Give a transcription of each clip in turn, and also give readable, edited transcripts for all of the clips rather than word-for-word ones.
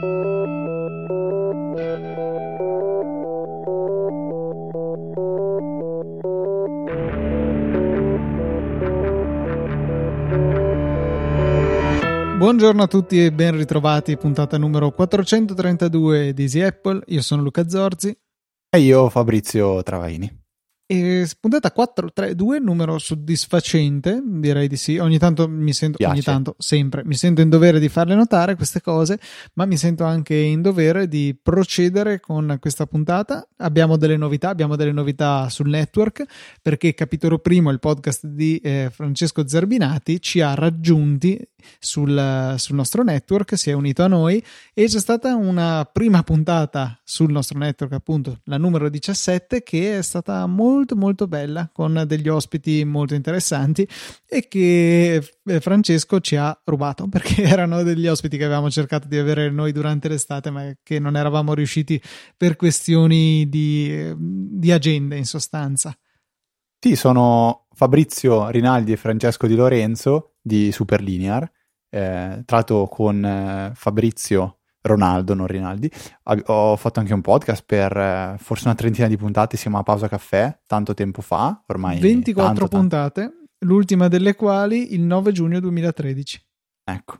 Buongiorno a tutti e ben ritrovati, puntata numero 432 di Easy Apple. Io sono Luca Zorzi. E io Fabrizio Travaini. E puntata 432, numero soddisfacente, direi di sì. Ogni tanto sempre mi sento in dovere di farle notare queste cose, ma mi sento anche in dovere di procedere con questa puntata. Abbiamo delle novità sul network, perché Capitolo Primo, il podcast di Francesco Zerbinati, ci ha raggiunti sul nostro network, si è unito a noi e c'è stata una prima puntata sul nostro network, appunto la numero 17, che è stata molto molto bella, con degli ospiti molto interessanti e che Francesco ci ha rubato, perché erano degli ospiti che avevamo cercato di avere noi durante l'estate ma che non eravamo riusciti per questioni di agenda, in sostanza. Sì, sono Fabrizio Rinaldi e Francesco Di Lorenzo di Superlinear, tratto con Fabrizio Ronaldo, non Rinaldi. Ho fatto anche un podcast per forse una trentina di puntate, si chiama Pausa Caffè, tanto tempo fa, ormai 24 puntate, l'ultima delle quali il 9 giugno 2013. Ecco.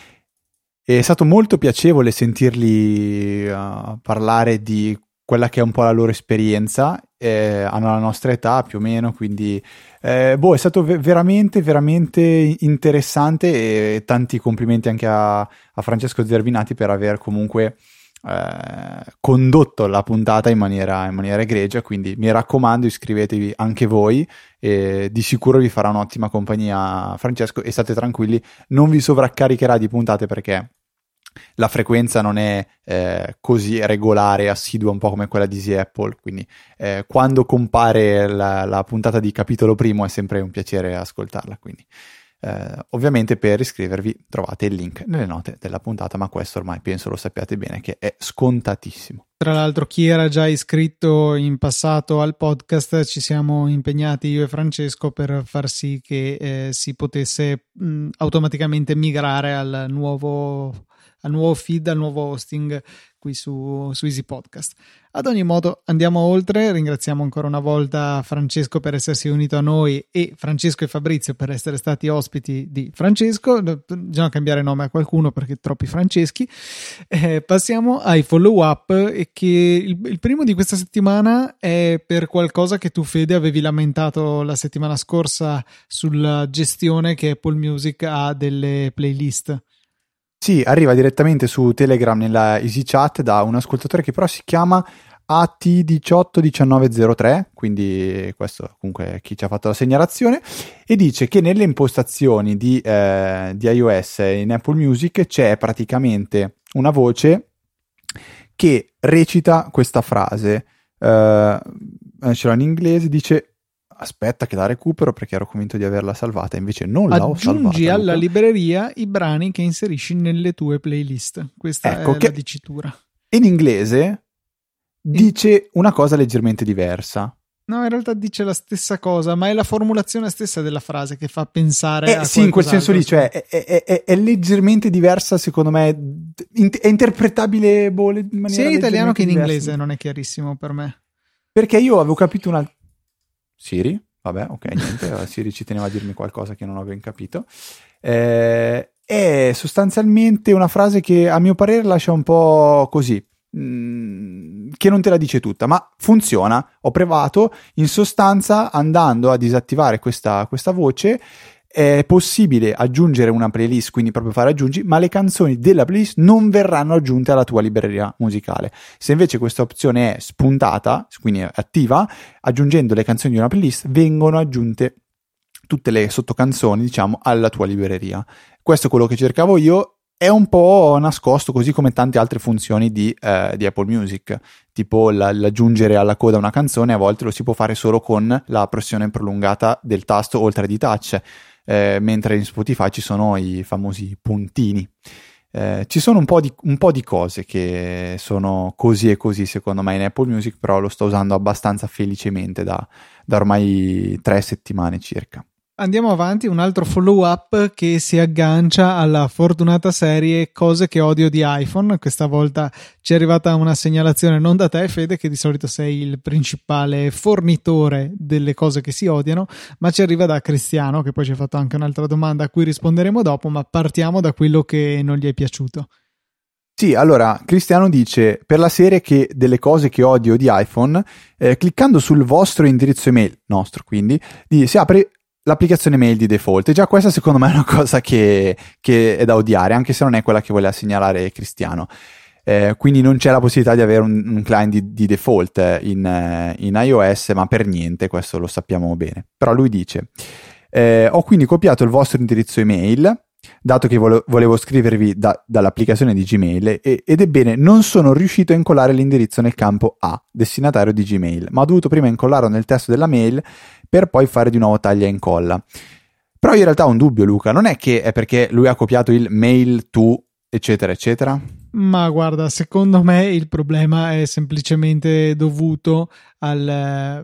È stato molto piacevole sentirli parlare di quella che è un po' la loro esperienza, hanno la nostra età più o meno, quindi è stato veramente veramente interessante, e tanti complimenti anche a Francesco Zerbinati per aver comunque condotto la puntata in maniera egregia, quindi mi raccomando, iscrivetevi anche voi, di sicuro vi farà un'ottima compagnia Francesco, e state tranquilli, non vi sovraccaricherà di puntate perché la frequenza non è così regolare e assidua, un po' come quella di Easy Apple, quindi quando compare la puntata di Capitolo Primo è sempre un piacere ascoltarla, quindi ovviamente per iscrivervi trovate il link nelle note della puntata, ma questo ormai penso lo sappiate bene che è scontatissimo. Tra l'altro, chi era già iscritto in passato al podcast, ci siamo impegnati io e Francesco per far sì che si potesse automaticamente migrare al nuovo feed, al nuovo hosting qui su Easy Podcast. Ad ogni modo andiamo oltre, ringraziamo ancora una volta Francesco per essersi unito a noi e Francesco e Fabrizio per essere stati ospiti di Francesco. Bisogna cambiare nome a qualcuno perché troppi Franceschi. Passiamo ai follow up, e che il primo di questa settimana è per qualcosa che tu, Fede, avevi lamentato la settimana scorsa sulla gestione che Apple Music ha delle playlist. Sì, arriva direttamente su Telegram nella Easy Chat da un ascoltatore che però si chiama AT181903, quindi questo comunque è chi ci ha fatto la segnalazione, e dice che nelle impostazioni di iOS in Apple Music c'è praticamente una voce che recita questa frase, ce l'ho in inglese, dice: aspetta che la recupero perché ero convinto di averla salvata, invece non l'ho salvata. Aggiungi alla libreria i brani che inserisci nelle tue playlist. Questa è la dicitura. In inglese dice una cosa leggermente diversa. No, in realtà dice la stessa cosa, ma è la formulazione stessa della frase che fa pensare a sì, in quel senso lì, cioè è leggermente diversa, secondo me, è interpretabile in maniera sia in italiano che in diversa. Inglese non è chiarissimo per me. Perché io avevo capito una... Siri? Vabbè, ok, niente, Siri ci teneva a dirmi qualcosa che non avevo ben capito. È sostanzialmente una frase che a mio parere lascia un po' così, che non te la dice tutta, ma funziona. Ho provato, in sostanza, andando a disattivare questa voce, è possibile aggiungere una playlist, quindi proprio fare aggiungi, ma le canzoni della playlist non verranno aggiunte alla tua libreria musicale. Se invece questa opzione è spuntata, quindi è attiva, aggiungendo le canzoni di una playlist vengono aggiunte tutte le sottocanzoni, diciamo, alla tua libreria. Questo è quello che cercavo io. È un po' nascosto, così come tante altre funzioni di Apple Music, tipo l'aggiungere alla coda una canzone. A volte lo si può fare solo con la pressione prolungata del tasto oltre di touch, mentre in Spotify ci sono i famosi puntini. Ci sono un po' di cose che sono così e così secondo me in Apple Music, però lo sto usando abbastanza felicemente da ormai 3 settimane circa. Andiamo avanti, un altro follow up che si aggancia alla fortunata serie cose che odio di iPhone. Questa volta ci è arrivata una segnalazione non da te, Fede, che di solito sei il principale fornitore delle cose che si odiano, ma ci arriva da Cristiano, che poi ci ha fatto anche un'altra domanda a cui risponderemo dopo, ma partiamo da quello che non gli è piaciuto. Sì, allora, Cristiano dice, per la serie che delle cose che odio di iPhone, cliccando sul vostro indirizzo email, nostro quindi, si apre l'applicazione mail di default. E già questa secondo me è una cosa che è da odiare, anche se non è quella che voleva segnalare Cristiano. Quindi non c'è la possibilità di avere un client di default in iOS, ma per niente, questo lo sappiamo bene. Però lui dice, ho quindi copiato il vostro indirizzo email, dato che volevo scrivervi dall'applicazione di Gmail ed ebbene non sono riuscito a incollare l'indirizzo nel campo A, destinatario di Gmail, ma ho dovuto prima incollarlo nel testo della mail per poi fare di nuovo taglia e incolla. Però io in realtà ho un dubbio, Luca, non è che è perché lui ha copiato il mail to eccetera eccetera? Ma guarda, secondo me il problema è semplicemente dovuto al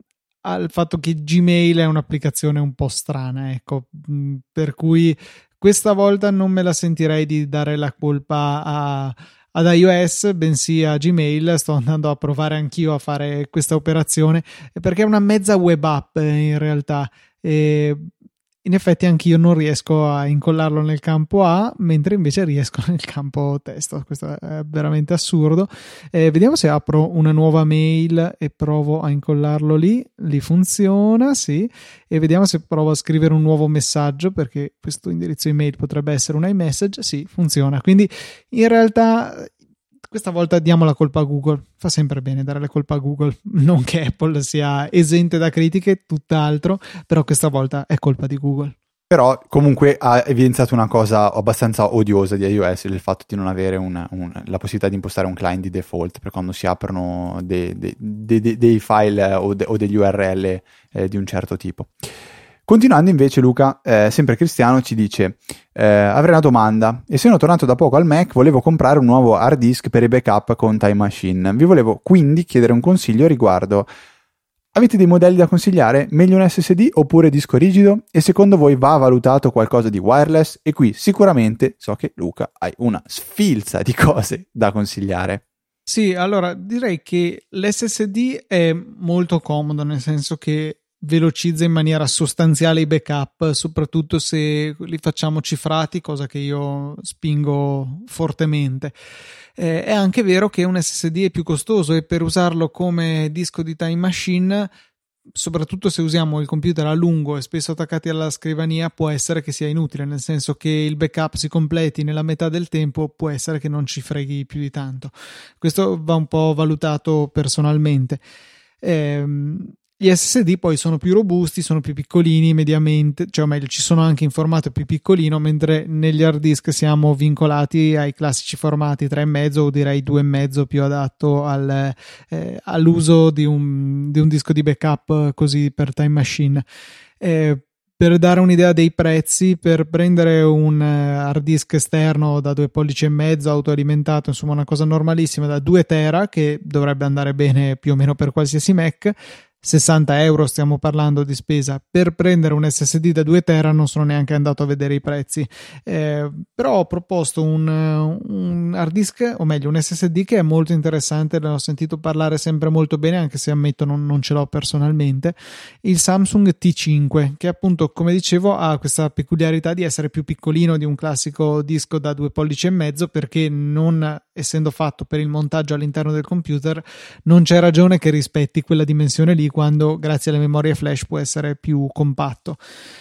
fatto che Gmail è un'applicazione un po' strana, ecco, per cui questa volta non me la sentirei di dare la colpa ad iOS, bensì a Gmail. Sto andando a provare anch'io a fare questa operazione perché è una mezza web app in realtà. E in effetti anch'io non riesco a incollarlo nel campo A, mentre invece riesco nel campo testo. Questo è veramente assurdo. Vediamo se apro una nuova mail e provo a incollarlo lì. Lì funziona, sì. E vediamo se provo a scrivere un nuovo messaggio, perché questo indirizzo email potrebbe essere un iMessage. Sì, funziona. Quindi in realtà questa volta diamo la colpa a Google. Fa sempre bene dare la colpa a Google, non che Apple sia esente da critiche, tutt'altro, però questa volta è colpa di Google. Però comunque ha evidenziato una cosa abbastanza odiosa di iOS, il fatto di non avere la possibilità di impostare un client di default per quando si aprono dei file o degli URL di un certo tipo. Continuando invece, Luca, sempre Cristiano, ci dice avrei una domanda. Essendo tornato da poco al Mac, volevo comprare un nuovo hard disk per i backup con Time Machine. Vi volevo quindi chiedere un consiglio a riguardo. Avete dei modelli da consigliare? Meglio un SSD oppure disco rigido? E secondo voi va valutato qualcosa di wireless? E qui sicuramente so che, Luca, hai una sfilza di cose da consigliare. Sì, allora direi che l'SSD è molto comodo, nel senso che velocizza in maniera sostanziale i backup, soprattutto se li facciamo cifrati, cosa che io spingo fortemente. È anche vero che un SSD è più costoso e per usarlo come disco di Time Machine, soprattutto se usiamo il computer a lungo e spesso attaccati alla scrivania, può essere che sia inutile, nel senso che il backup si completi nella metà del tempo, può essere che non ci freghi più di tanto. Questo va un po' valutato personalmente. Gli SSD poi sono più robusti, sono più piccolini mediamente, cioè o meglio ci sono anche in formato più piccolino, mentre negli hard disk siamo vincolati ai classici formati 3,5 o direi 2,5, più adatto all'uso di un disco di backup così per Time Machine. Per dare un'idea dei prezzi, per prendere un hard disk esterno da 2,5 pollici autoalimentato, insomma una cosa normalissima da 2 tera, che dovrebbe andare bene più o meno per qualsiasi Mac, 60 euro stiamo parlando di spesa. Per prendere un SSD da 2 tera non sono neanche andato a vedere i prezzi, però ho proposto un hard disk, o meglio un SSD che è molto interessante, ne ho sentito parlare sempre molto bene, anche se ammetto non ce l'ho personalmente, il Samsung T5, che appunto, come dicevo, ha questa peculiarità di essere più piccolino di un classico disco da 2,5 pollici, perché non essendo fatto per il montaggio all'interno del computer non c'è ragione che rispetti quella dimensione lì, quando grazie alle memorie flash può essere più compatto.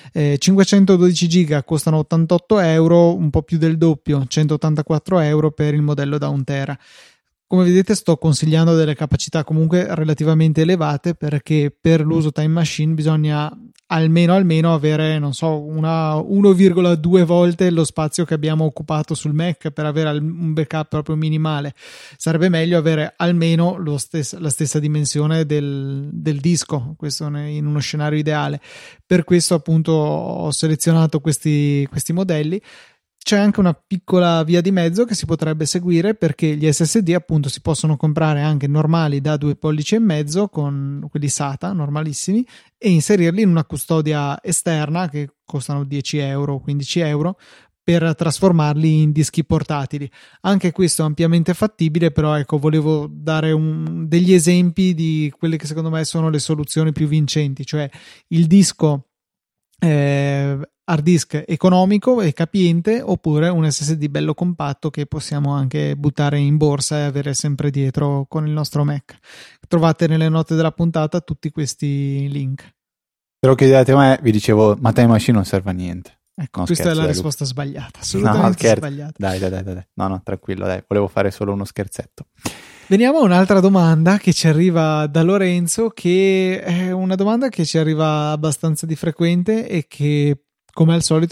512 giga costano 88 euro, un po' più del doppio, 184 euro per il modello da 1 tera. Come vedete sto consigliando delle capacità comunque relativamente elevate, perché per l'uso Time Machine bisogna almeno avere, non so, una 1,2 volte lo spazio che abbiamo occupato sul Mac per avere un backup proprio minimale. Sarebbe meglio avere almeno la stessa dimensione del disco, questo in uno scenario ideale. Per questo appunto ho selezionato questi modelli. c'è anche una piccola via di mezzo che si potrebbe seguire, perché gli SSD appunto si possono comprare anche normali da 2,5 pollici, con quelli SATA normalissimi, e inserirli in una custodia esterna che costano 10 euro, 15 euro, per trasformarli in dischi portatili. Anche questo è ampiamente fattibile, però ecco, volevo dare degli esempi di quelle che secondo me sono le soluzioni più vincenti, cioè il disco hard disk economico e capiente, oppure un SSD bello compatto che possiamo anche buttare in borsa e avere sempre dietro con il nostro Mac. Trovate nelle note della puntata tutti questi link. Però che chiedete a me, vi dicevo, ma Time Machine non serve a niente. Ecco, questa è la risposta sbagliata, assolutamente sbagliata. Dai. No, tranquillo, dai. Volevo fare solo uno scherzetto. Veniamo a un'altra domanda che ci arriva da Lorenzo, che è una domanda che ci arriva abbastanza di frequente e che, come al solito,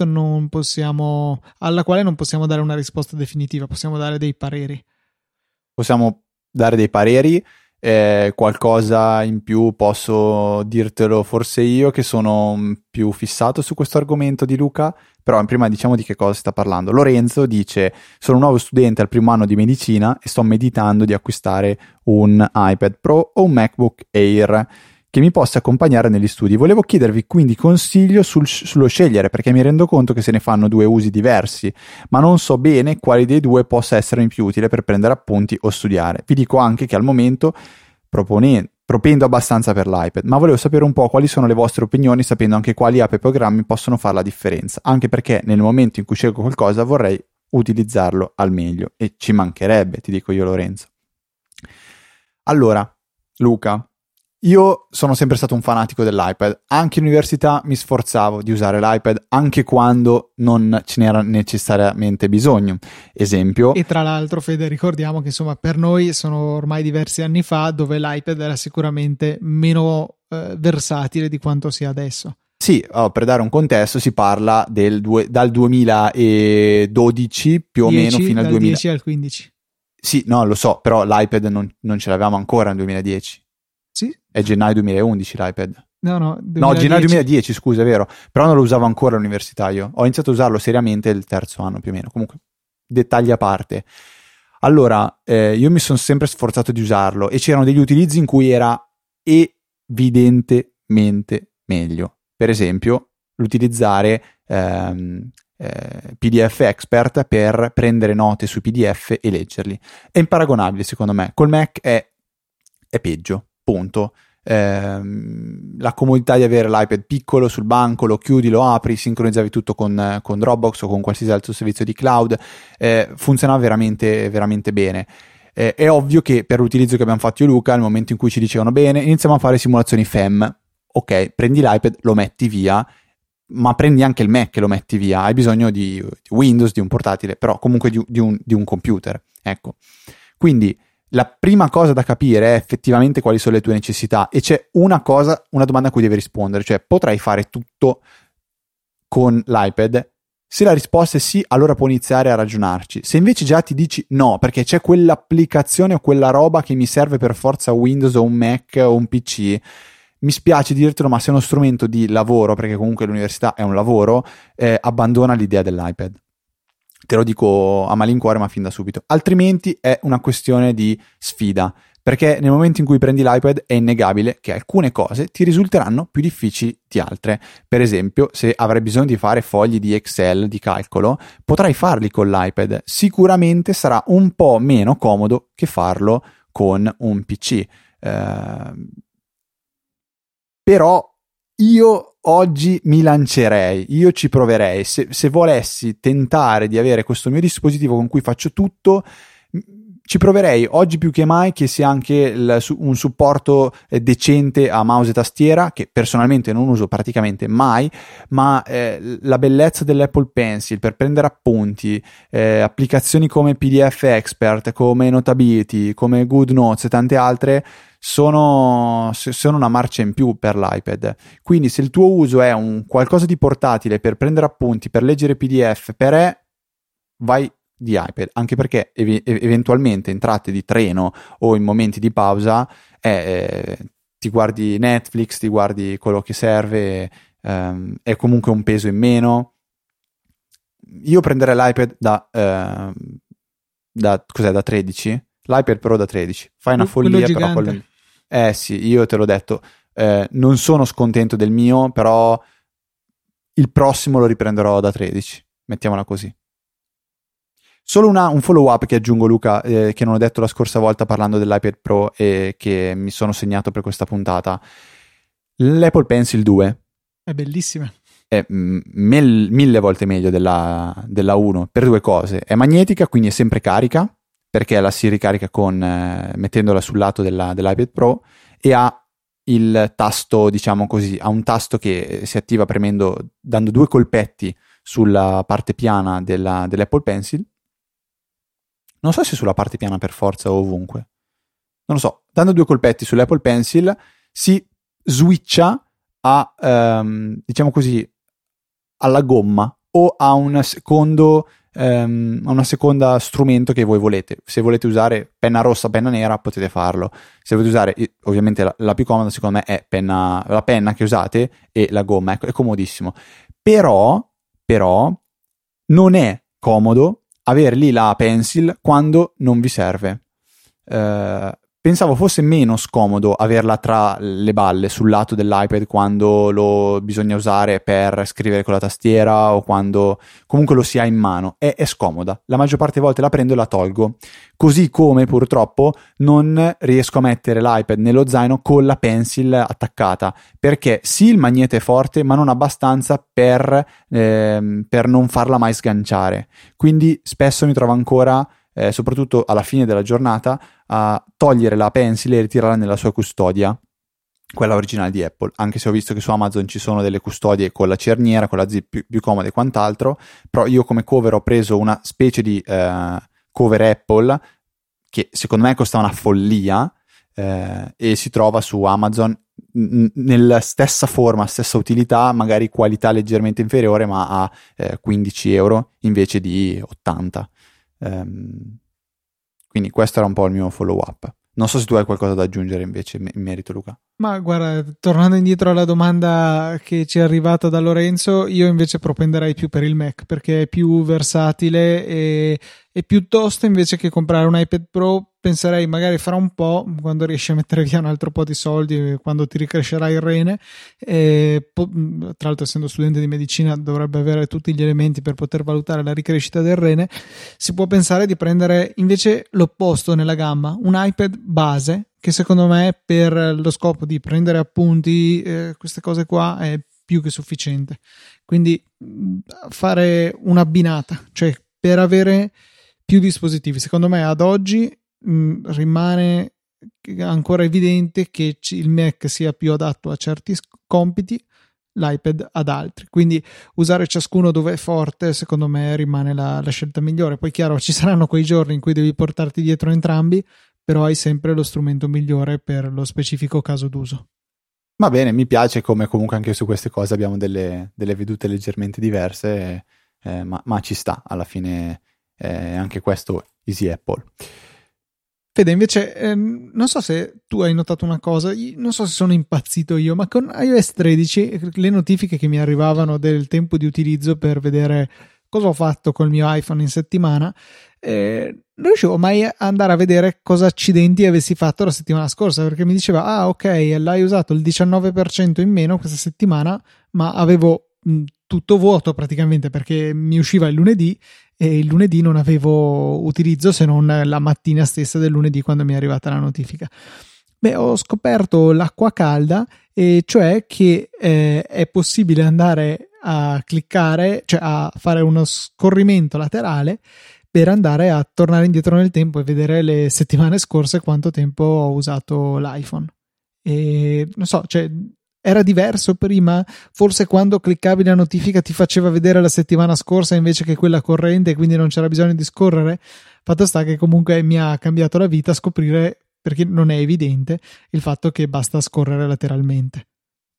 alla quale non possiamo dare una risposta definitiva, possiamo dare dei pareri. Possiamo dare dei pareri. Qualcosa in più posso dirtelo forse io, che sono più fissato su questo argomento di Luca, però prima diciamo di che cosa si sta parlando. Lorenzo dice: sono un nuovo studente al primo anno di medicina e sto meditando di acquistare un iPad Pro o un MacBook Air che mi possa accompagnare negli studi. Volevo chiedervi quindi consiglio sullo scegliere, perché mi rendo conto che se ne fanno due usi diversi, ma non so bene quali dei due possa essermi più utile per prendere appunti o studiare. Vi dico anche che al momento propendo abbastanza per l'iPad, ma volevo sapere un po' quali sono le vostre opinioni, sapendo anche quali app e programmi possono fare la differenza, anche perché nel momento in cui scelgo qualcosa vorrei utilizzarlo al meglio, e ci mancherebbe, ti dico io, Lorenzo. Allora, Luca, io sono sempre stato un fanatico dell'iPad. Anche in università mi sforzavo di usare l'iPad anche quando non ce n'era necessariamente bisogno. Esempio. E tra l'altro, Fede, ricordiamo che insomma per noi sono ormai diversi anni fa, dove l'iPad era sicuramente meno versatile di quanto sia adesso. Sì, per dare un contesto si parla dal 2012 più o meno fino al 2000. 10 al 15. Sì, no, lo so, però l'iPad non ce l'avevamo ancora nel 2010. Sì. È gennaio 2011 l'iPad. No, 2010. No, gennaio 2010, scusa, è vero. Però non lo usavo ancora all'università io. Ho iniziato a usarlo seriamente il terzo anno più o meno. Comunque, dettagli a parte. Allora, io mi sono sempre sforzato di usarlo e c'erano degli utilizzi in cui era evidentemente meglio. Per esempio, l'utilizzare PDF Expert per prendere note sui PDF e leggerli. È imparagonabile secondo me. Col Mac è peggio. Punto. La comodità di avere l'iPad piccolo sul banco, lo chiudi, lo apri, sincronizzavi tutto con Dropbox o con qualsiasi altro servizio di cloud, funzionava veramente, veramente bene. È ovvio che per l'utilizzo che abbiamo fatto io e Luca, nel momento in cui ci dicevano bene, iniziamo a fare simulazioni FEM. Ok, prendi l'iPad, lo metti via, ma prendi anche il Mac e lo metti via. Hai bisogno di Windows, di un portatile, però comunque di un computer. Ecco. Quindi la prima cosa da capire è effettivamente quali sono le tue necessità, e c'è una domanda a cui devi rispondere, cioè: potrai fare tutto con l'iPad? Se la risposta è sì, allora puoi iniziare a ragionarci. Se invece già ti dici no, perché c'è quell'applicazione o quella roba che mi serve per forza Windows o un Mac o un PC, mi spiace dirtelo, ma se è uno strumento di lavoro, perché comunque l'università è un lavoro, abbandona l'idea dell'iPad. Te lo dico a malincuore, ma fin da subito. Altrimenti è una questione di sfida, perché nel momento in cui prendi l'iPad è innegabile che alcune cose ti risulteranno più difficili di altre. Per esempio, se avrai bisogno di fare fogli di Excel, di calcolo, potrai farli con l'iPad. Sicuramente sarà un po' meno comodo che farlo con un PC. Però io oggi mi lancerei, io ci proverei. Se volessi tentare di avere questo mio dispositivo con cui faccio tutto, ci proverei oggi più che mai, che sia anche un supporto decente a mouse e tastiera, che personalmente non uso praticamente mai, ma la bellezza dell'Apple Pencil per prendere appunti, applicazioni come PDF Expert, come Notability, come GoodNotes e tante altre, sono una marcia in più per l'iPad. Quindi se il tuo uso è un qualcosa di portatile per prendere appunti, per leggere PDF, vai di iPad, anche perché eventualmente in tratte di treno o in momenti di pausa ti guardi Netflix, ti guardi quello che serve, è comunque un peso in meno. io prenderei l'iPad da 13? L'iPad Pro da 13. Fai una follia, però sì, io te l'ho detto, non sono scontento del mio, però il prossimo lo riprenderò da 13, mettiamola così. Solo un follow up che aggiungo, Luca, che non ho detto la scorsa volta parlando dell'iPad Pro e che mi sono segnato per questa puntata. L'Apple Pencil 2 è bellissima, è 1000 volte meglio della 1 per due cose. È magnetica, quindi è sempre carica, perché la si ricarica mettendola sul lato dell'iPad Pro, e ha il tasto, diciamo così, ha un tasto che si attiva dando due colpetti sulla parte piana dell'Apple Pencil. Non so se sulla parte piana per forza o ovunque, non lo so. Dando due colpetti sull'Apple Pencil si switcha diciamo così, alla gomma o a una seconda strumento che voi volete. Se volete usare penna rossa, penna nera, potete farlo. Se volete usare, ovviamente la più comoda secondo me è la penna che usate e la gomma, ecco, è comodissimo. Però non è comodo avere lì la pencil quando non vi serve. Pensavo fosse meno scomodo averla tra le balle sul lato dell'iPad quando lo bisogna usare per scrivere con la tastiera o quando comunque lo si ha in mano. È scomoda. La maggior parte delle volte la prendo e la tolgo. Così come purtroppo non riesco a mettere l'iPad nello zaino con la pencil attaccata, perché sì, il magnete è forte, ma non abbastanza per non farla mai sganciare. Quindi spesso mi trovo ancora, soprattutto alla fine della giornata, a togliere la pencil e ritirarla nella sua custodia, quella originale di Apple, anche se ho visto che su Amazon ci sono delle custodie con la cerniera, con la zip più comode e quant'altro. Però io come cover ho preso una specie di cover Apple che secondo me costa una follia, e si trova su Amazon nella stessa forma, stessa utilità, magari qualità leggermente inferiore, ma a 15 euro invece di 80. Quindi questo era un po' il mio follow up. Non so se tu hai qualcosa da aggiungere invece in merito, Luca. Ma guarda, tornando indietro alla domanda che ci è arrivata da Lorenzo, io invece propenderei più per il Mac, perché è più versatile e piuttosto, invece che comprare un iPad Pro, penserei magari fra un po', quando riesci a mettere via un altro po' di soldi, quando ti ricrescerà il rene, tra l'altro essendo studente di medicina dovrebbe avere tutti gli elementi per poter valutare la ricrescita del rene, si può pensare di prendere invece l'opposto nella gamma, un iPad base, che secondo me per lo scopo di prendere appunti, queste cose qua, è più che sufficiente. Quindi fare un'abbinata, cioè per avere più dispositivi. Secondo me ad oggi rimane ancora evidente che il Mac sia più adatto a certi compiti, l'iPad ad altri, quindi usare ciascuno dove è forte secondo me rimane la scelta migliore. Poi chiaro, ci saranno quei giorni in cui devi portarti dietro entrambi, però hai sempre lo strumento migliore per lo specifico caso d'uso. Va bene, mi piace come comunque anche su queste cose abbiamo delle vedute leggermente diverse, ma ci sta, alla fine anche questo easy Apple. Fede, invece, non so se tu hai notato una cosa, non so se sono impazzito io, ma con iOS 13 le notifiche che mi arrivavano del tempo di utilizzo per vedere cosa ho fatto col mio iPhone in settimana, non riuscivo mai a andare a vedere cosa accidenti avessi fatto la settimana scorsa, perché mi diceva ok, l'hai usato il 19% in meno questa settimana, ma avevo tutto vuoto praticamente, perché mi usciva il lunedì e il lunedì non avevo utilizzo se non la mattina stessa del lunedì quando mi è arrivata la notifica. Ho scoperto l'acqua calda, e cioè che è possibile andare a cliccare, cioè a fare uno scorrimento laterale per andare a tornare indietro nel tempo e vedere le settimane scorse quanto tempo ho usato l'iPhone. E non so, cioè era diverso prima, forse quando cliccavi la notifica ti faceva vedere la settimana scorsa invece che quella corrente, quindi non c'era bisogno di scorrere. Fatto sta che comunque mi ha cambiato la vita scoprire, perché non è evidente, il fatto che basta scorrere lateralmente.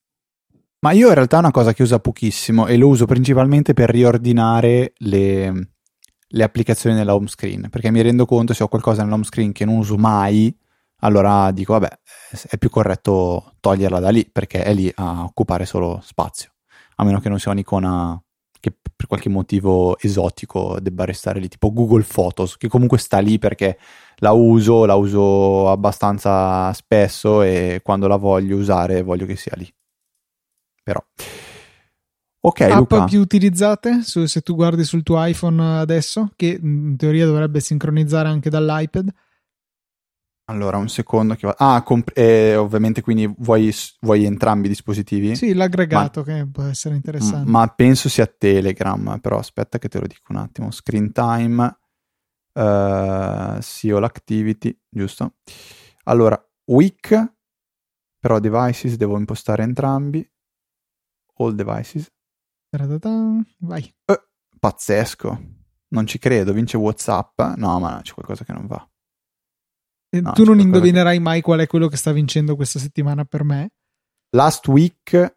Ma io in realtà è una cosa che uso pochissimo e lo uso principalmente per riordinare le applicazioni nella home screen, perché mi rendo conto se ho qualcosa nella home screen che non uso mai, allora dico vabbè, è più corretto toglierla da lì, perché è lì a occupare solo spazio, a meno che non sia un'icona che per qualche motivo esotico debba restare lì, tipo Google Photos, che comunque sta lì perché la uso abbastanza spesso e quando la voglio usare voglio che sia lì. Però ok, app Luca. più utilizzate se tu guardi sul tuo iPhone adesso, che in teoria dovrebbe sincronizzare anche dall'iPad? Allora, un secondo che ovviamente quindi vuoi entrambi i dispositivi? Sì, l'aggregato che può essere interessante. Ma penso sia Telegram, però aspetta che te lo dico un attimo. Screen time, sì, all activity, giusto? Allora, week, però devices devo impostare entrambi. All devices. Vai. Pazzesco. Non ci credo, vince WhatsApp. No, ma c'è qualcosa che non va. No, tu non indovinerai mai qual è quello che sta vincendo questa settimana per me. Last week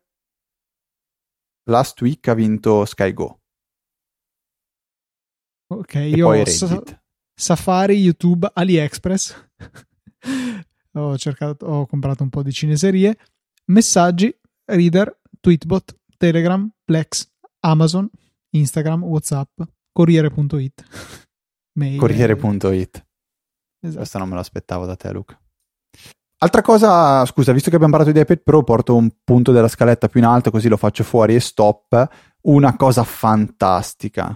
ha vinto Sky Go. Ok, io ho Safari, YouTube, AliExpress. Ho comprato un po' di cineserie, messaggi, Reader, Tweetbot, Telegram, Plex, Amazon, Instagram, WhatsApp, Corriere.it. Corriere.it. Esatto. Questa non me l'aspettavo da te, Luca. Altra cosa, scusa, visto che abbiamo parlato di iPad Pro, porto un punto della scaletta più in alto, così lo faccio fuori e stop. Una cosa fantastica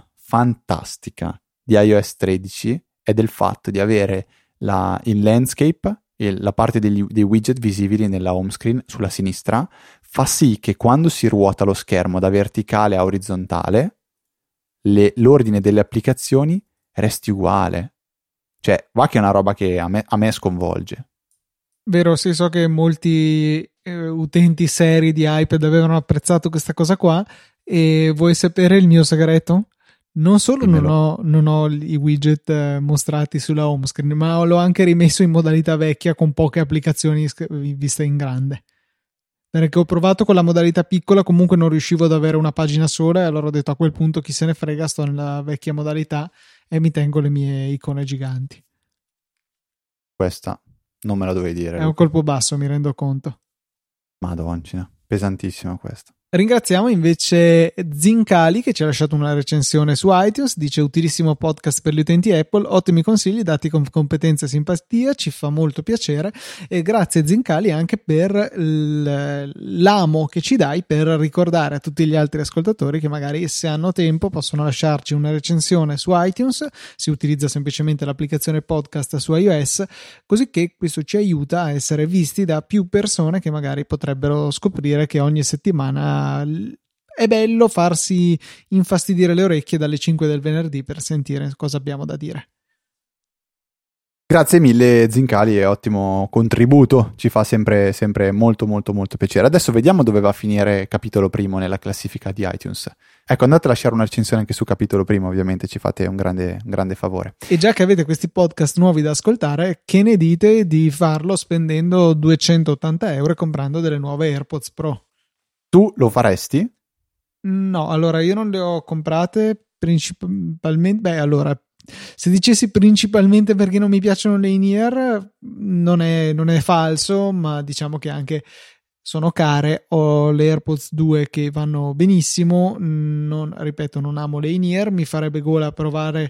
di iOS 13 è del fatto di avere il landscape, la parte dei widget visibili nella home screen sulla sinistra, fa sì che quando si ruota lo schermo da verticale a orizzontale, l'ordine delle applicazioni resti uguale. Cioè, va che è una roba che a me sconvolge. Vero, sì, so che molti utenti seri di iPad avevano apprezzato questa cosa qua. E vuoi sapere il mio segreto? Non solo non ho i widget mostrati sulla home screen, ma l'ho anche rimesso in modalità vecchia con poche applicazioni viste in grande. Perché ho provato con la modalità piccola, comunque non riuscivo ad avere una pagina sola, e allora ho detto a quel punto chi se ne frega, sto nella vecchia modalità e mi tengo le mie icone giganti. Questa non me la dovevi dire. È un colpo basso, mi rendo conto. Madoncina, pesantissima questa. Ringraziamo invece Zincali che ci ha lasciato una recensione su iTunes, dice utilissimo podcast per gli utenti Apple, ottimi consigli dati con competenza e simpatia, ci fa molto piacere, e grazie Zincali anche per l'amo che ci dai per ricordare a tutti gli altri ascoltatori che magari se hanno tempo possono lasciarci una recensione su iTunes, si utilizza semplicemente l'applicazione podcast su iOS, così che questo ci aiuta a essere visti da più persone che magari potrebbero scoprire che ogni settimana è bello farsi infastidire le orecchie dalle 5 del venerdì per sentire cosa abbiamo da dire. Grazie mille Zincali, è ottimo contributo, ci fa sempre molto molto molto piacere. Adesso vediamo dove va a finire capitolo primo nella classifica di iTunes. Ecco, andate a lasciare una recensione anche su capitolo primo, ovviamente ci fate un grande favore. E già che avete questi podcast nuovi da ascoltare, che ne dite di farlo spendendo 280 euro e comprando delle nuove AirPods Pro? Tu lo faresti? No, allora io non le ho comprate principalmente. Allora, se dicessi principalmente perché non mi piacciono le in-ear, non è falso, ma diciamo che anche sono care. Ho le AirPods 2 che vanno benissimo, ripeto, non amo le in-ear, mi farebbe gola provare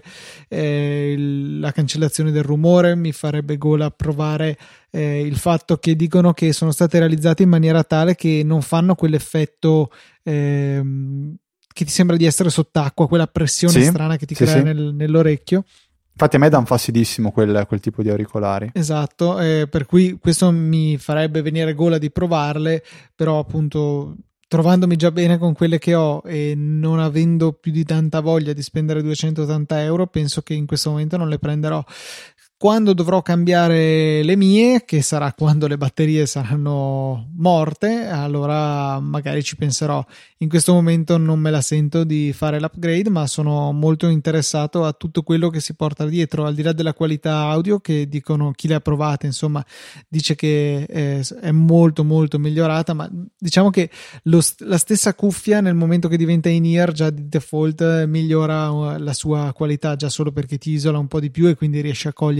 la cancellazione del rumore, mi farebbe gola provare il fatto che dicono che sono state realizzate in maniera tale che non fanno quell'effetto che ti sembra di essere sott'acqua, quella pressione strana che ti crea nell'orecchio. Infatti a me dà un fastidissimo quel tipo di auricolari. Esatto, per cui questo mi farebbe venire gola di provarle, però appunto trovandomi già bene con quelle che ho e non avendo più di tanta voglia di spendere 280 euro, penso che in questo momento non le prenderò. Quando dovrò cambiare le mie, che sarà quando le batterie saranno morte, allora magari ci penserò. In questo momento non me la sento di fare l'upgrade, ma sono molto interessato a tutto quello che si porta dietro, al di là della qualità audio, che dicono chi le ha provate, insomma, dice che è molto molto migliorata, ma diciamo che la stessa cuffia nel momento che diventa in-ear già di default migliora la sua qualità, già solo perché ti isola un po' di più e quindi riesce a cogliere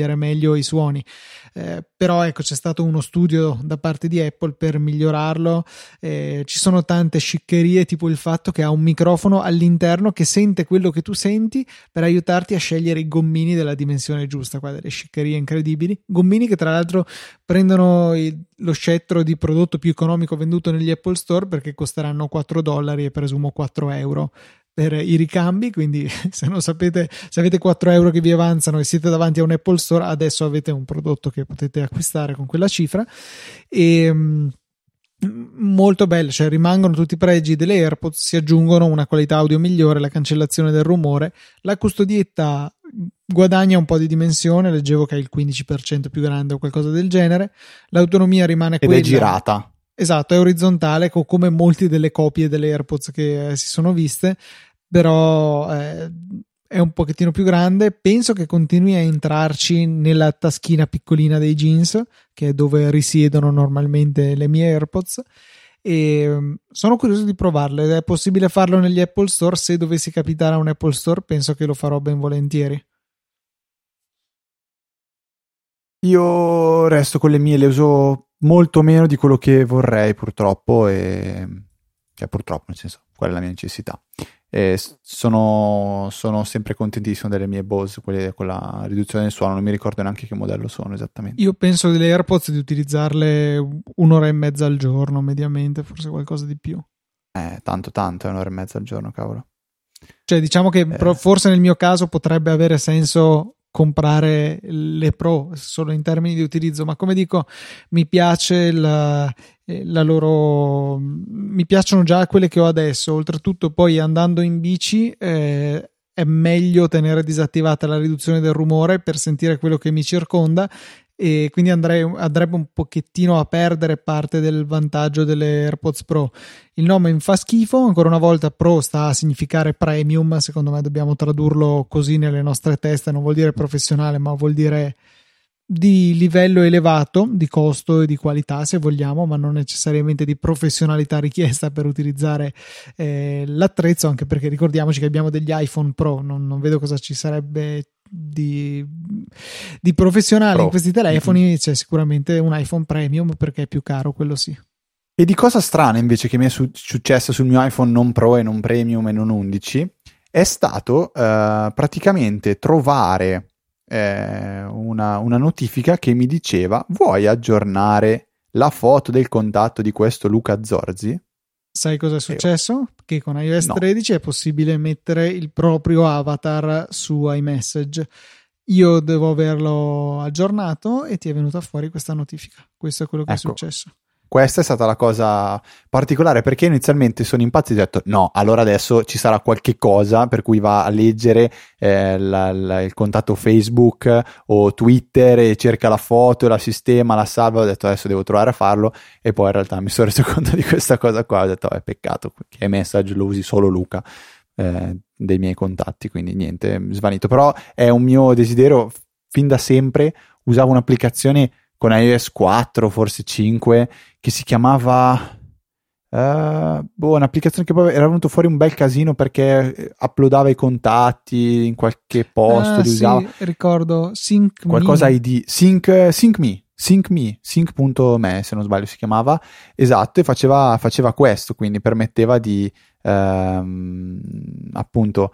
raccogliere meglio i suoni. Però ecco, c'è stato uno studio da parte di Apple per migliorarlo. Ci sono tante sciccherie, tipo il fatto che ha un microfono all'interno che sente quello che tu senti per aiutarti a scegliere i gommini della dimensione giusta. Qua delle sciccherie incredibili, gommini che tra l'altro prendono lo scettro di prodotto più economico venduto negli Apple Store, perché costeranno $4 e presumo €4 per i ricambi. Quindi se non sapete, se avete €4 che vi avanzano e siete davanti a un Apple Store, adesso avete un prodotto che potete acquistare con quella cifra. E molto bello, cioè rimangono tutti i pregi delle AirPods, si aggiungono una qualità audio migliore, la cancellazione del rumore, la custodietta guadagna un po' di dimensione, leggevo che è il 15% più grande o qualcosa del genere, l'autonomia rimane quella. Ed è girata. Esatto, è orizzontale come molte delle copie delle AirPods che si sono viste, però è un pochettino più grande. Penso che continui a entrarci nella taschina piccolina dei jeans, che è dove risiedono normalmente le mie AirPods, e sono curioso di provarle. È possibile farlo negli Apple Store? Se dovessi capitare a un Apple Store, penso che lo farò ben volentieri. Io resto con le mie, le uso molto meno di quello che vorrei, purtroppo, cioè purtroppo, nel senso, qual è la mia necessità. Sono sempre contentissimo delle mie Bose, quelle con la riduzione del suono. Non mi ricordo neanche che modello sono esattamente. Io penso delle AirPods di utilizzarle 1 ora e mezza al giorno mediamente, forse qualcosa di più. Tanto, è 1 ora e mezza al giorno, cavolo. Cioè diciamo che forse nel mio caso potrebbe avere senso comprare le Pro solo in termini di utilizzo, ma come dico, mi piace la loro, mi piacciono già quelle che ho adesso. Oltretutto poi andando in bici è meglio tenere disattivata la riduzione del rumore per sentire quello che mi circonda, e quindi andrebbe un pochettino a perdere parte del vantaggio delle AirPods Pro. Il nome mi fa schifo, ancora una volta Pro sta a significare premium, secondo me dobbiamo tradurlo così nelle nostre teste, non vuol dire professionale ma vuol dire di livello elevato di costo e di qualità, se vogliamo, ma non necessariamente di professionalità richiesta per utilizzare l'attrezzo, anche perché ricordiamoci che abbiamo degli iPhone Pro, non vedo cosa ci sarebbe di professionale Pro in questi telefoni. C'è sicuramente un iPhone Premium perché è più caro, quello sì. E di cosa strana invece che mi è successo sul mio iPhone non Pro e non Premium e non 11 è stato praticamente trovare una notifica che mi diceva: vuoi aggiornare la foto del contatto di questo Luca Zorzi? Sai cosa è successo? Che con iOS 13 è possibile mettere il proprio avatar su iMessage. Io devo averlo aggiornato e ti è venuta fuori questa notifica. Questo è quello che è successo. Questa è stata la cosa particolare, perché inizialmente sono impazzito e ho detto no, allora adesso ci sarà qualche cosa per cui va a leggere il contatto Facebook o Twitter e cerca la foto, la sistema, la salva. Ho detto adesso devo trovare a farlo, e poi in realtà mi sono reso conto di questa cosa qua. Ho detto è peccato che iMessage lo usi solo Luca dei miei contatti, quindi niente, svanito. Però è un mio desiderio fin da sempre. Usavo un'applicazione con iOS 4, forse 5, che si chiamava un'applicazione che poi era venuto fuori un bel casino perché uploadava i contatti in qualche posto, li usava. Sì, ricordo Sync qualcosa ID, Sync.me, sync.me se non sbaglio si chiamava, esatto, e faceva questo, quindi permetteva di appunto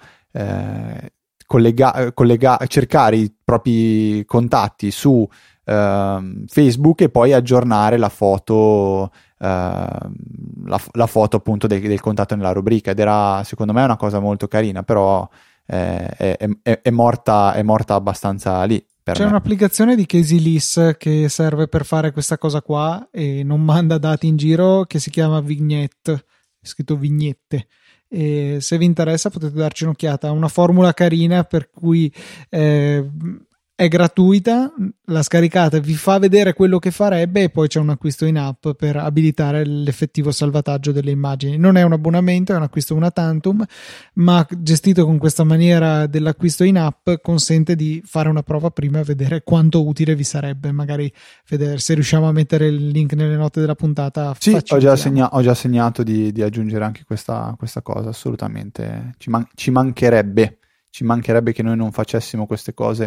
cercare i propri contatti su Facebook e poi aggiornare la foto la foto appunto del contatto nella rubrica, ed era secondo me una cosa molto carina, però è morta abbastanza lì. C'è un'applicazione di Casey che serve per fare questa cosa qua e non manda dati in giro, che si chiama Vignette, è scritto Vignette, e se vi interessa potete darci un'occhiata. Ha una formula carina per cui è gratuita, la scaricate, vi fa vedere quello che farebbe e poi c'è un acquisto in app per abilitare l'effettivo salvataggio delle immagini. Non è un abbonamento, è un acquisto una tantum, ma gestito con questa maniera dell'acquisto in app consente di fare una prova prima e vedere quanto utile vi sarebbe. Magari vedere se riusciamo a mettere il link nelle note della puntata. Sì, ho già segnato di aggiungere anche questa cosa, assolutamente. Ci mancherebbe che noi non facessimo queste cose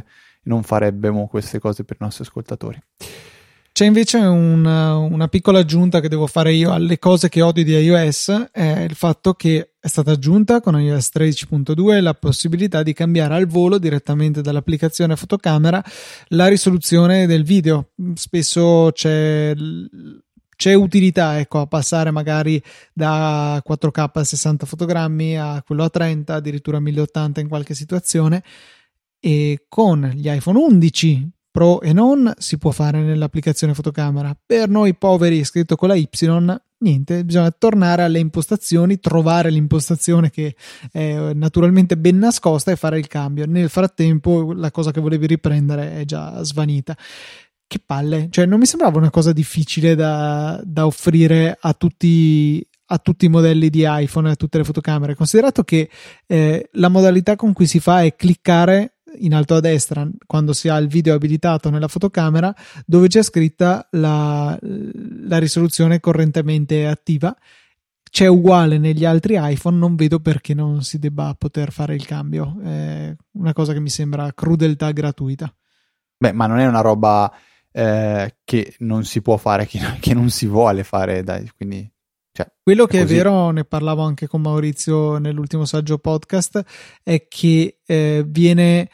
non farebbimo queste cose per i nostri ascoltatori. C'è invece una piccola aggiunta che devo fare io alle cose che odio di iOS, è il fatto che è stata aggiunta con iOS 13.2 la possibilità di cambiare al volo direttamente dall'applicazione fotocamera la risoluzione del video. Spesso c'è utilità, ecco, a passare magari da 4K a 60 fotogrammi a quello a 30, addirittura 1080 in qualche situazione, e con gli iPhone 11 Pro e non si può fare nell'applicazione fotocamera. Per noi poveri, scritto con la Y, niente, bisogna tornare alle impostazioni, trovare l'impostazione che è naturalmente ben nascosta e fare il cambio. Nel frattempo la cosa che volevi riprendere è già svanita. Che palle, cioè non mi sembrava una cosa difficile da offrire a tutti i modelli di iPhone e a tutte le fotocamere, considerato che la modalità con cui si fa è cliccare in alto a destra quando si ha il video abilitato nella fotocamera, dove c'è scritta la risoluzione correntemente attiva. C'è uguale negli altri iPhone, non vedo perché non si debba poter fare il cambio. È una cosa che mi sembra crudeltà gratuita. Beh, ma non è una roba che non si può fare, che non si vuole fare, dai, quindi... Cioè, quello che è vero, ne parlavo anche con Maurizio nell'ultimo saggio podcast, è che viene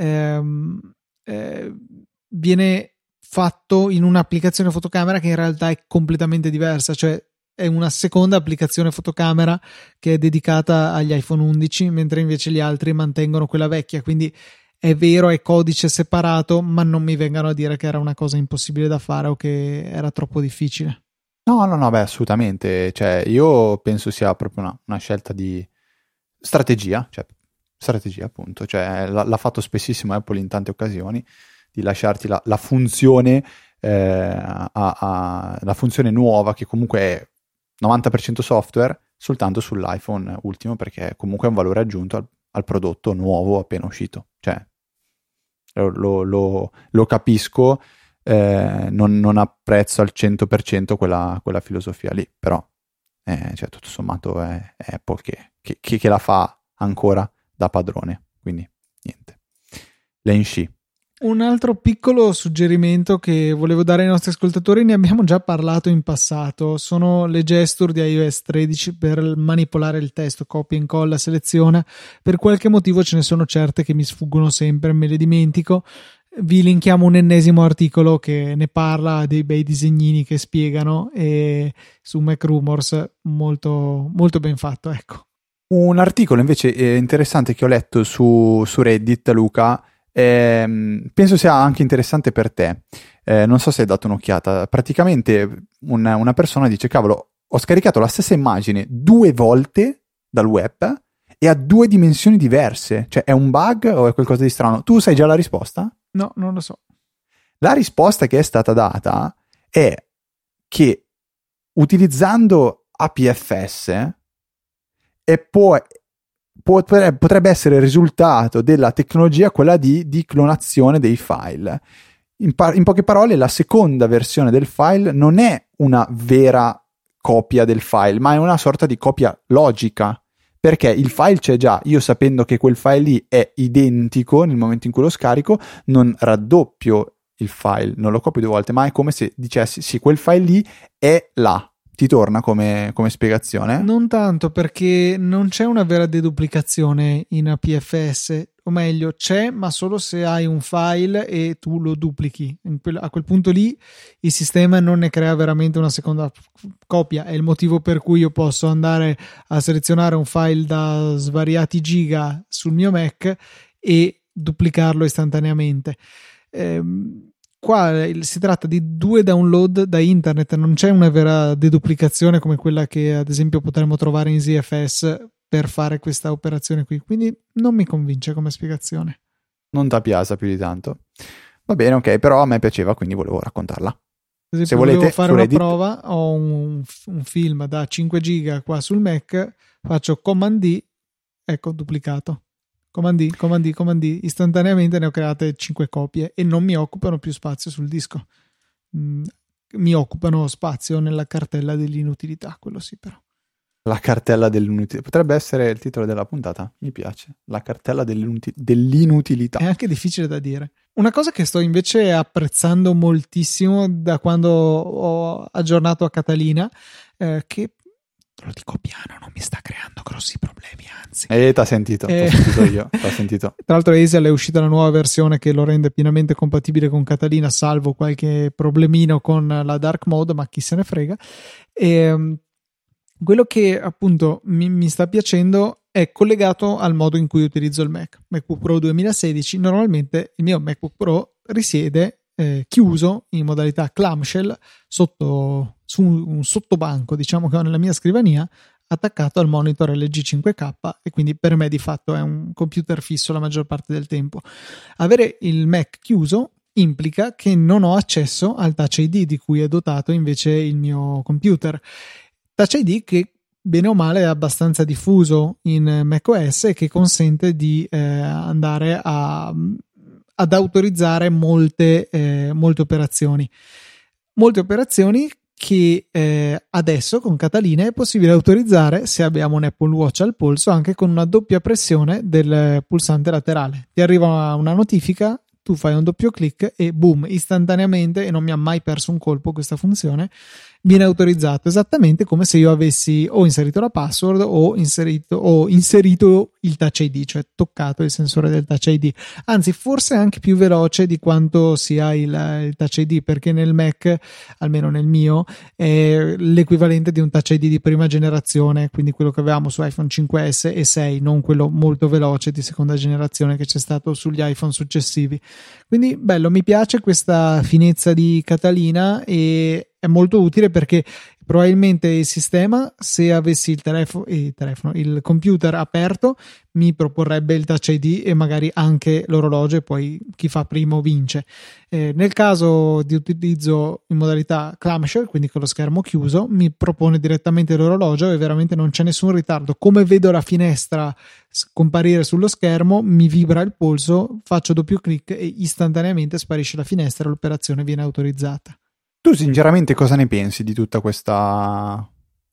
fatto in un'applicazione fotocamera che in realtà è completamente diversa, cioè è una seconda applicazione fotocamera che è dedicata agli iPhone 11, mentre invece gli altri mantengono quella vecchia. Quindi è vero, è codice separato, ma non mi vengano a dire che era una cosa impossibile da fare o che era troppo difficile. No, beh, assolutamente. Cioè, io penso sia proprio una scelta di strategia, appunto. Cioè, l'ha fatto spessissimo Apple in tante occasioni, di lasciarti la funzione, la funzione nuova, che comunque è 90% software, soltanto sull'iPhone ultimo, perché comunque è un valore aggiunto al prodotto nuovo appena uscito. Cioè, lo capisco. Non apprezzo al 100% quella filosofia lì, però cioè, tutto sommato è Apple che la fa ancora da padrone, quindi niente, l'ensci. Un altro piccolo suggerimento che volevo dare ai nostri ascoltatori, ne abbiamo già parlato in passato, sono le gesture di iOS 13 per manipolare il testo, copia, incolla, seleziona. Per qualche motivo ce ne sono certe che mi sfuggono sempre, me le dimentico. Vi linkiamo un ennesimo articolo che ne parla, dei bei disegnini che spiegano, e su MacRumors molto, molto ben fatto, ecco. Un articolo invece interessante che ho letto su Reddit, Luca, penso sia anche interessante per te, non so se hai dato un'occhiata. Praticamente una persona dice: cavolo, ho scaricato la stessa immagine 2 volte dal web e ha 2 dimensioni diverse, cioè è un bug o è qualcosa di strano? Tu sai già la risposta? No, non lo so. La risposta che è stata data è che utilizzando APFS potrebbe essere il risultato della tecnologia quella di clonazione dei file. In poche parole, la seconda versione del file non è una vera copia del file, ma è una sorta di copia logica, perché il file c'è già. Io, sapendo che quel file lì è identico nel momento in cui lo scarico, non raddoppio il file, non lo copio 2 volte, ma è come se dicessi sì, quel file lì è là. Ti torna come spiegazione? Non tanto, perché non c'è una vera deduplicazione in APFS, o meglio c'è, ma solo se hai un file e tu lo duplichi. A quel punto lì il sistema non ne crea veramente una seconda copia. È il motivo per cui io posso andare a selezionare un file da svariati giga sul mio Mac e duplicarlo istantaneamente. Qua si tratta di 2 download da internet, non c'è una vera deduplicazione come quella che ad esempio potremmo trovare in ZFS per fare questa operazione qui, quindi non mi convince come spiegazione. Non ti piace più di tanto. Va bene, ok, però a me piaceva, quindi volevo raccontarla. Ad esempio, se volete fare una prova, ho un film da 5 giga qua sul Mac, faccio Command D, ecco, duplicato. Command D, istantaneamente ne ho create 5 copie e non mi occupano più spazio sul disco. Mi occupano spazio nella cartella dell'inutilità, quello sì, però. La cartella dell'inutilità potrebbe essere il titolo della puntata, mi piace. La cartella dell'inutilità. È anche difficile da dire. Una cosa che sto invece apprezzando moltissimo da quando ho aggiornato a Catalina, che te lo dico piano, non mi sta creando grossi problemi, anzi. T'ha sentito io, t'ha sentito. Tra l'altro Hazel è uscita la nuova versione che lo rende pienamente compatibile con Catalina, salvo qualche problemino con la dark mode, ma chi se ne frega. E quello che appunto mi sta piacendo è collegato al modo in cui utilizzo il MacBook Pro 2016. Normalmente il mio MacBook Pro risiede chiuso in modalità clamshell su un sottobanco, diciamo, che ho nella mia scrivania, attaccato al monitor LG 5K, e quindi per me di fatto è un computer fisso la maggior parte del tempo. Avere il Mac chiuso implica che non ho accesso al Touch ID di cui è dotato invece il mio computer. Touch ID che bene o male è abbastanza diffuso in macOS e che consente di andare ad autorizzare molte operazioni. Molte operazioni che adesso con Catalina è possibile autorizzare se abbiamo un Apple Watch al polso, anche con una doppia pressione del pulsante laterale. Ti arriva una notifica, tu fai un doppio clic e boom, istantaneamente, e non mi ha mai perso un colpo questa funzione, viene autorizzato, esattamente come se io avessi o inserito la password o inserito il Touch ID, cioè toccato il sensore del Touch ID. Anzi, forse anche più veloce di quanto sia il Touch ID, perché nel Mac, almeno nel mio, è l'equivalente di un Touch ID di prima generazione, quindi quello che avevamo su iPhone 5S e 6, non quello molto veloce di seconda generazione che c'è stato sugli iPhone successivi. Quindi bello, mi piace questa finezza di Catalina e è molto utile, perché probabilmente il sistema, se avessi il computer aperto, mi proporrebbe il Touch ID e magari anche l'orologio, e poi chi fa primo vince. Nel caso di utilizzo in modalità clamshell, quindi con lo schermo chiuso, mi propone direttamente l'orologio e veramente non c'è nessun ritardo. Come vedo la finestra comparire sullo schermo, mi vibra il polso, faccio doppio clic e istantaneamente sparisce la finestra e l'operazione viene autorizzata. Tu sinceramente cosa ne pensi di tutta questa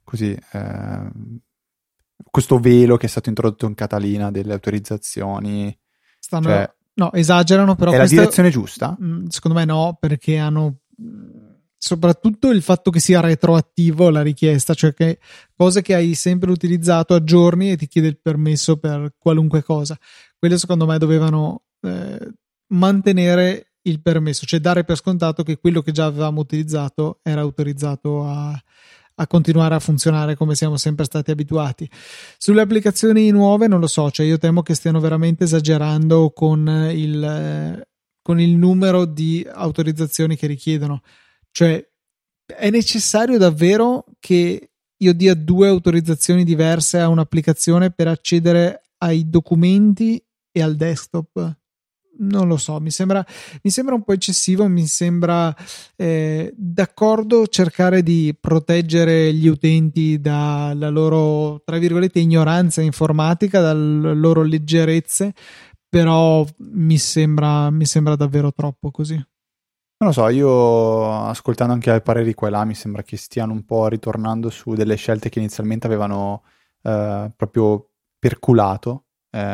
questo velo che è stato introdotto in Catalina delle autorizzazioni? No, esagerano, però è la direzione giusta? Secondo me no, perché hanno soprattutto il fatto che sia retroattivo la richiesta, cioè che cose che hai sempre utilizzato aggiorni e ti chiede il permesso per qualunque cosa. Quelle secondo me dovevano mantenere il permesso, cioè dare per scontato che quello che già avevamo utilizzato era autorizzato a continuare a funzionare come siamo sempre stati abituati. Sulle applicazioni nuove non lo so, cioè io temo che stiano veramente esagerando con il numero di autorizzazioni che richiedono. Cioè è necessario davvero che io dia 2 autorizzazioni diverse a un'applicazione per accedere ai documenti e al desktop? Non lo so, mi sembra un po' eccessivo. Mi sembra d'accordo cercare di proteggere gli utenti dalla loro, tra virgolette, ignoranza informatica, dalle loro leggerezze, però mi sembra davvero troppo così. Non lo so, io ascoltando anche i pareri qua e là mi sembra che stiano un po' ritornando su delle scelte che inizialmente avevano proprio perculato.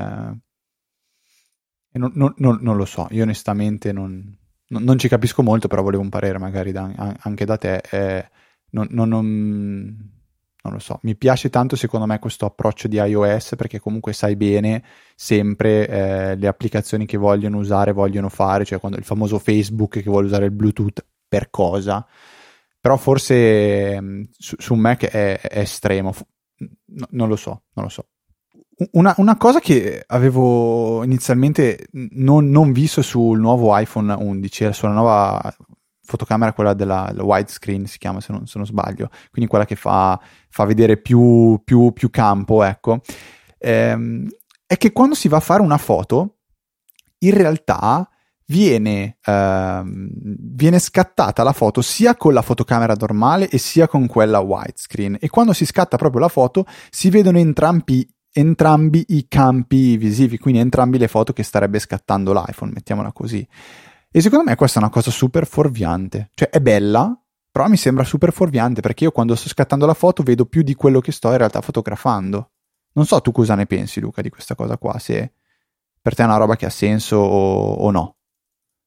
Non lo so, io onestamente non ci capisco molto, però volevo un parere magari anche da te. Non lo so, mi piace tanto secondo me questo approccio di iOS, perché comunque sai bene sempre le applicazioni che vogliono usare, vogliono fare, cioè quando il famoso Facebook che vuole usare il Bluetooth per cosa, però forse su Mac è estremo, non lo so. Una cosa che avevo inizialmente non visto sul nuovo iPhone 11, sulla nuova fotocamera, quella della widescreen si chiama se non sbaglio, quindi quella che fa vedere più campo, ecco, è che quando si va a fare una foto in realtà viene scattata la foto sia con la fotocamera normale e sia con quella widescreen, e quando si scatta proprio la foto si vedono entrambi i campi visivi, quindi entrambi le foto che starebbe scattando l'iPhone, mettiamola così. E secondo me questa è una cosa super fuorviante, cioè è bella, però mi sembra super fuorviante, perché io quando sto scattando la foto vedo più di quello che sto in realtà fotografando. Non so tu cosa ne pensi, Luca, di questa cosa qua, se per te è una roba che ha senso o no.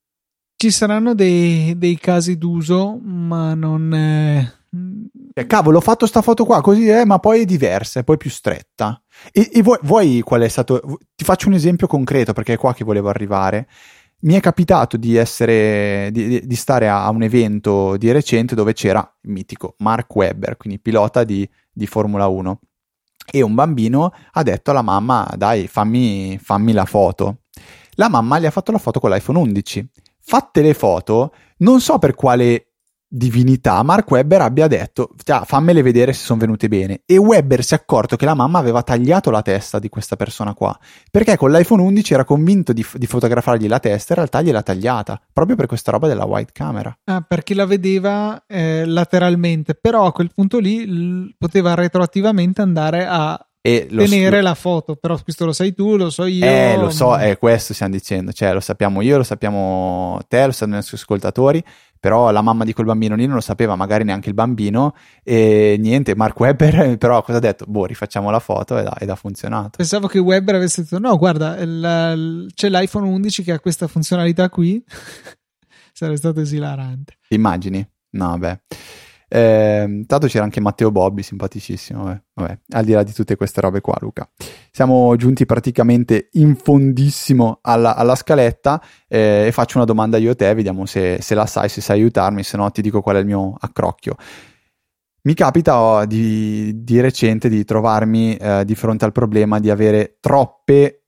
Ci saranno dei casi d'uso, ma non è... Cavolo, ho fatto sta foto qua così, ma poi è diversa, è poi più stretta. E vuoi qual è stato? Ti faccio un esempio concreto, perché è qua che volevo arrivare. Mi è capitato di stare a un evento di recente dove c'era il mitico Mark Webber, quindi pilota di Formula 1, e un bambino ha detto alla mamma: dai, fammi la foto. La mamma gli ha fatto la foto con l'iPhone 11. Fatte le foto, non so per quale divinità Mark Webber abbia detto: fammele vedere se sono venute bene, e Webber si è accorto che la mamma aveva tagliato la testa di questa persona qua, perché con l'iPhone 11 era convinto di fotografargli la testa, in realtà gliel'ha tagliata proprio per questa roba della wide camera. Perché la vedeva lateralmente, però a quel punto lì poteva retroattivamente andare a tenere la foto. Però questo lo sai tu, lo so io. Lo so, questo stiamo dicendo, cioè lo sappiamo io, lo sappiamo te, lo sanno i nostri ascoltatori, però la mamma di quel bambino lì non lo sapeva, magari neanche il bambino, e niente, Mark Webber però cosa ha detto? Rifacciamo la foto ed ha funzionato. Pensavo che Webber avesse detto: no, guarda, c'è l'iPhone 11 che ha questa funzionalità qui. Sarebbe stato esilarante. Ti immagini? No, beh. Tanto c'era anche Matteo Bobbi, simpaticissimo. Vabbè, al di là di tutte queste robe qua, Luca, siamo giunti praticamente in fondissimo alla scaletta, e faccio una domanda io a te, vediamo se la sai, se sai aiutarmi, se no ti dico qual è il mio accrocchio. Mi capita di recente di trovarmi di fronte al problema di avere troppe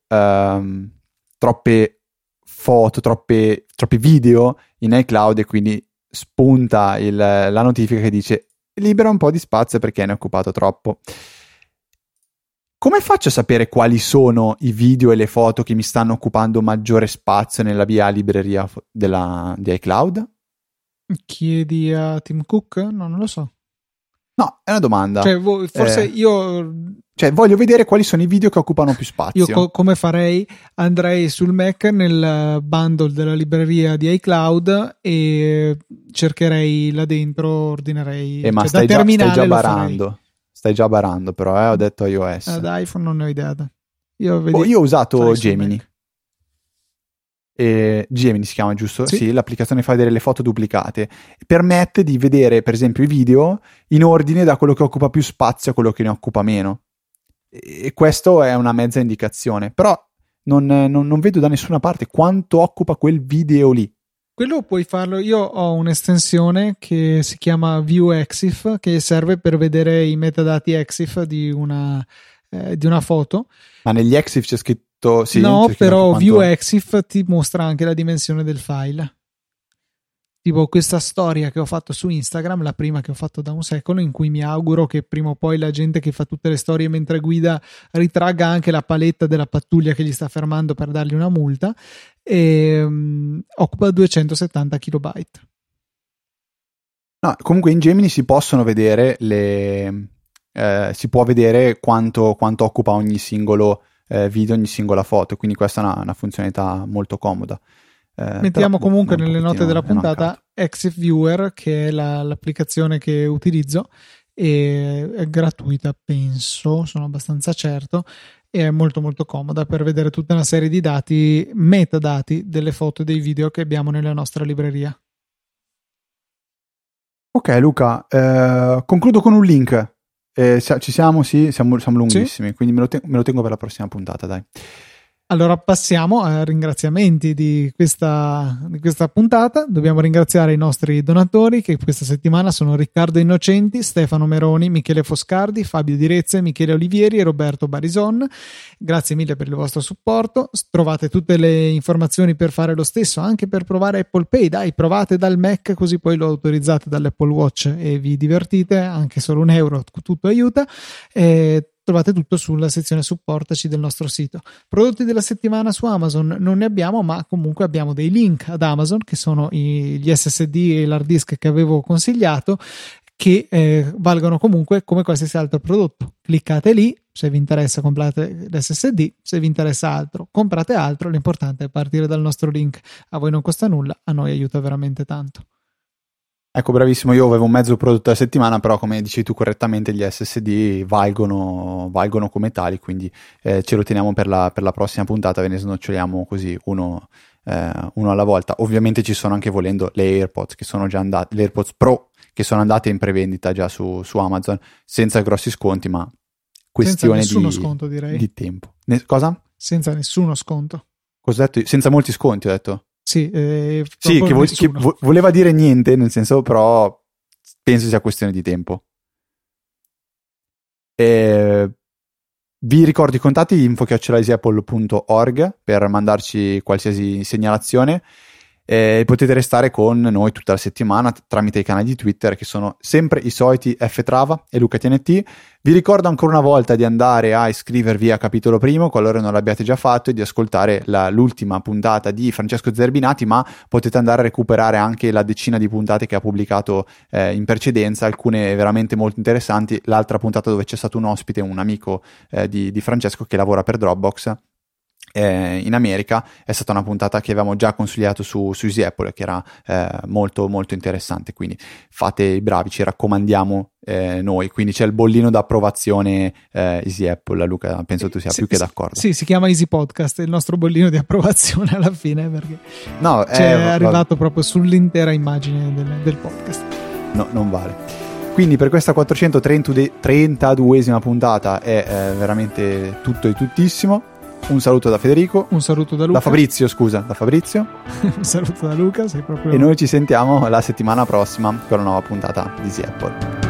foto, troppi video in iCloud, e quindi spunta la notifica che dice: libera un po' di spazio perché ne hai occupato troppo. Come faccio a sapere quali sono i video e le foto che mi stanno occupando maggiore spazio nella mia libreria di iCloud? Chiedi a Tim Cook? No, non lo so. No, è una domanda. Cioè, forse io... Cioè, voglio vedere quali sono i video che occupano più spazio. Io come farei? Andrei sul Mac nel bundle della libreria di iCloud e cercherei là dentro, ordinerei. Ma stai già barando. Stai già barando, però, ho detto iOS. Ad iPhone non ne ho idea. Io ho usato Gemini. Gemini si chiama, giusto? Sì, l'applicazione fa vedere le foto duplicate, permette di vedere per esempio i video in ordine da quello che occupa più spazio a quello che ne occupa meno, e questo è una mezza indicazione, però non vedo da nessuna parte quanto occupa quel video lì. Quello puoi farlo. Io ho un'estensione che si chiama View EXIF, che serve per vedere i metadati EXIF di una foto. Ma negli EXIF c'è scritto sì, no, però View EXIF ti mostra anche la dimensione del file. Tipo questa storia che ho fatto su Instagram, la prima che ho fatto da un secolo, in cui mi auguro che prima o poi la gente che fa tutte le storie mentre guida ritragga anche la paletta della pattuglia che gli sta fermando per dargli una multa, e occupa 270 kilobyte. No, comunque in Gemini si possono vedere si può vedere quanto occupa ogni singolo video, ogni singola foto, quindi questa è una funzionalità molto comoda. Mettiamo comunque nelle note della puntata EXIF Viewer, che è l'applicazione che utilizzo, e è gratuita, penso, sono abbastanza certo, e è molto molto comoda per vedere tutta una serie di dati, metadati delle foto e dei video che abbiamo nella nostra libreria. Ok Luca, concludo con un link. Ci siamo? Sì, siamo lunghissimi, sì. Quindi me lo tengo per la prossima puntata, dai. Allora passiamo ai ringraziamenti di questa puntata. Dobbiamo ringraziare i nostri donatori, che questa settimana sono Riccardo Innocenti, Stefano Meroni, Michele Foscardi, Fabio Direzze, Michele Olivieri e Roberto Barison. Grazie mille per il vostro supporto. Trovate tutte le informazioni per fare lo stesso, anche per provare Apple Pay. Dai, provate dal Mac, così poi lo autorizzate dall'Apple Watch e vi divertite, anche solo €1, tutto aiuta. Trovate tutto sulla sezione supportaci del nostro sito. Prodotti della settimana su Amazon non ne abbiamo, ma comunque abbiamo dei link ad Amazon, che sono gli SSD e l'hard disk che avevo consigliato, che valgono comunque come qualsiasi altro prodotto. Cliccate lì, se vi interessa comprate l'SSD, se vi interessa altro comprate altro. L'importante è partire dal nostro link. A voi non costa nulla, a noi aiuta veramente tanto. Ecco, bravissimo, io avevo un mezzo prodotto alla settimana, però come dici tu correttamente gli SSD valgono come tali, quindi ce lo teniamo per la prossima puntata, ve ne snoccioliamo così uno uno alla volta. Ovviamente ci sono anche, volendo, le AirPods che sono già andate, le AirPods Pro che sono andate in prevendita già su Amazon, senza grossi sconti, ma questione sconto, direi. Di tempo. Cosa? Senza nessuno sconto. Cosa ho detto? Senza molti sconti, ho detto? Sì, che voleva dire niente, nel senso, però penso sia questione di tempo. Vi ricordo i contatti: info@easyapple.org per mandarci qualsiasi segnalazione. Potete restare con noi tutta la settimana tramite i canali di Twitter, che sono sempre i soliti ftrava e lucatnt. Vi ricordo ancora una volta di andare a iscrivervi a Capitolo Primo qualora non l'abbiate già fatto, e di ascoltare l'ultima puntata di Francesco Zerbinati, ma potete andare a recuperare anche la decina di puntate che ha pubblicato in precedenza, alcune veramente molto interessanti. L'altra puntata dove c'è stato un ospite, un amico di Francesco che lavora per Dropbox in America, è stata una puntata che avevamo già consigliato su Easy Apple, che era molto molto interessante, quindi fate i bravi, ci raccomandiamo noi. Quindi c'è il bollino d'approvazione Easy Apple. Luca, penso tu sia più che d'accordo. Sì, si chiama Easy Podcast, il nostro bollino di approvazione alla fine, perché è arrivato proprio sull'intera immagine del podcast. No, non vale. Quindi per questa 432esima puntata è veramente tutto e tuttissimo. Un saluto da Federico. Un saluto da Luca. Da Fabrizio. Un saluto da Luca, sei proprio... E noi ci sentiamo la settimana prossima con una nuova puntata di Easy Apple.